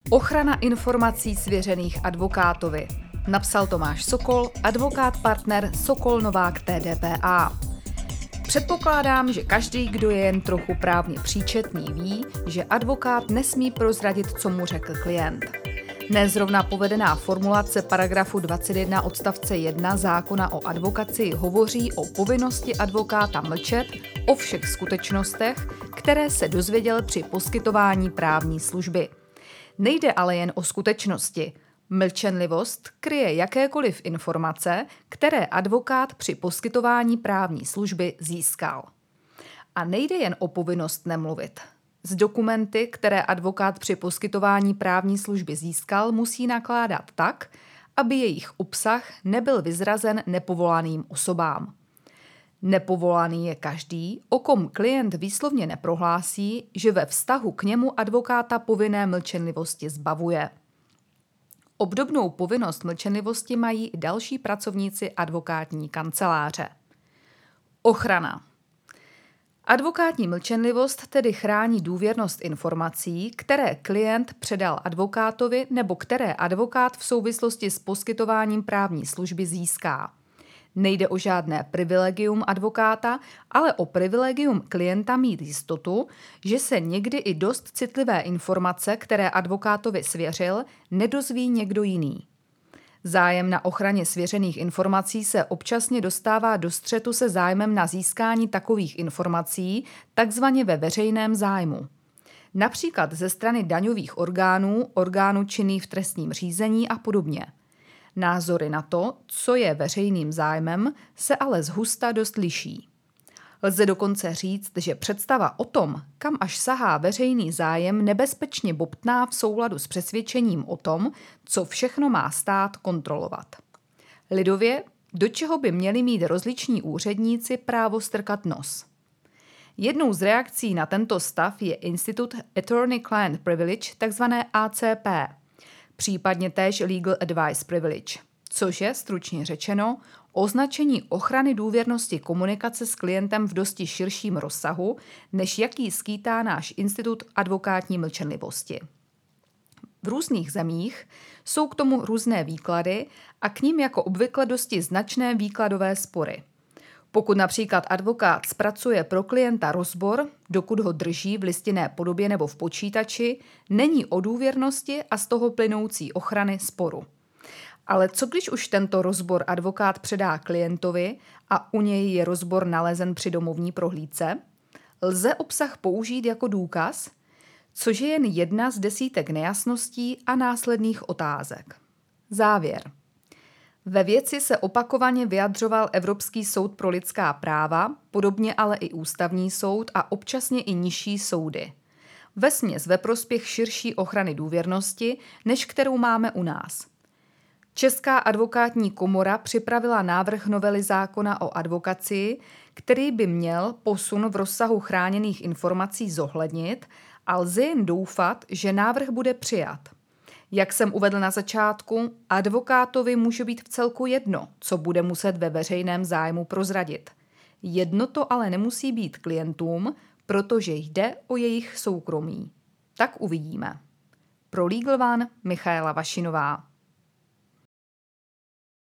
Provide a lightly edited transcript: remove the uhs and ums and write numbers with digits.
Ochrana informací svěřených advokátovi. Napsal Tomáš Sokol, advokát partner Sokol Novák TDPA. Předpokládám, že každý, kdo je jen trochu právně příčetný, ví, že advokát nesmí prozradit, co mu řekl klient. Nezrovna povedená formulace paragrafu 21 odstavce 1 zákona o advokacii hovoří o povinnosti advokáta mlčet o všech skutečnostech, které se dozvěděl při poskytování právní služby. Nejde ale jen o skutečnosti. Mlčenlivost kryje jakékoliv informace, které advokát při poskytování právní služby získal. A nejde jen o povinnost nemluvit. S dokumenty, které advokát při poskytování právní služby získal, musí nakládat tak, aby jejich obsah nebyl vyzrazen nepovolaným osobám. Nepovolaný je každý, o kom klient výslovně neprohlásí, že ve vztahu k němu advokáta povinné mlčenlivosti zbavuje. Obdobnou povinnost mlčenlivosti mají i další pracovníci advokátní kanceláře. Ochrana. Advokátní mlčenlivost tedy chrání důvěrnost informací, které klient předal advokátovi nebo které advokát v souvislosti s poskytováním právní služby získá. Nejde o žádné privilegium advokáta, ale o privilegium klienta mít jistotu, že se někdy i dost citlivé informace, které advokátovi svěřil, nedozví někdo jiný. Zájem na ochraně svěřených informací se občasně dostává do střetu se zájmem na získání takových informací, takzvaně ve veřejném zájmu. Například ze strany daňových orgánů činných v trestním řízení a podobně. Názory na to, co je veřejným zájmem, se ale zhusta dost liší. Lze dokonce říct, že představa o tom, kam až sahá veřejný zájem, nebezpečně bobtná v souladu s přesvědčením o tom, co všechno má stát kontrolovat. Lidově, do čeho by měli mít rozliční úředníci právo strkat nos. Jednou z reakcí na tento stav je institut Attorney-Client Privilege, takzvané ACP, případně též Legal Advice Privilege, což je, stručně řečeno, označení ochrany důvěrnosti komunikace s klientem v dosti širším rozsahu, než jaký skýtá náš institut advokátní mlčenlivosti. V různých zemích jsou k tomu různé výklady a k nim jako obvykle dosti značné výkladové spory. Pokud například advokát zpracuje pro klienta rozbor, dokud ho drží v listinné podobě nebo v počítači, není o důvěrnosti a z toho plynoucí ochrany sporu. Ale co když už tento rozbor advokát předá klientovi a u něj je rozbor nalezen při domovní prohlídce? Lze obsah použít jako důkaz? Což je jen jedna z desítek nejasností a následných otázek. Závěr. Ve věci se opakovaně vyjadřoval Evropský soud pro lidská práva, podobně ale i Ústavní soud a občasně i nižší soudy. Vesměs ve prospěch širší ochrany důvěrnosti, než kterou máme u nás. Česká advokátní komora připravila návrh novely zákona o advokacii, který by měl posun v rozsahu chráněných informací zohlednit a lze jen doufat, že návrh bude přijat. Jak jsem uvedl na začátku, advokátovi může být vcelku jedno, co bude muset ve veřejném zájmu prozradit. Jedno to ale nemusí být klientům, protože jde o jejich soukromí. Tak uvidíme. Pro Legal One Michaela Vašinová.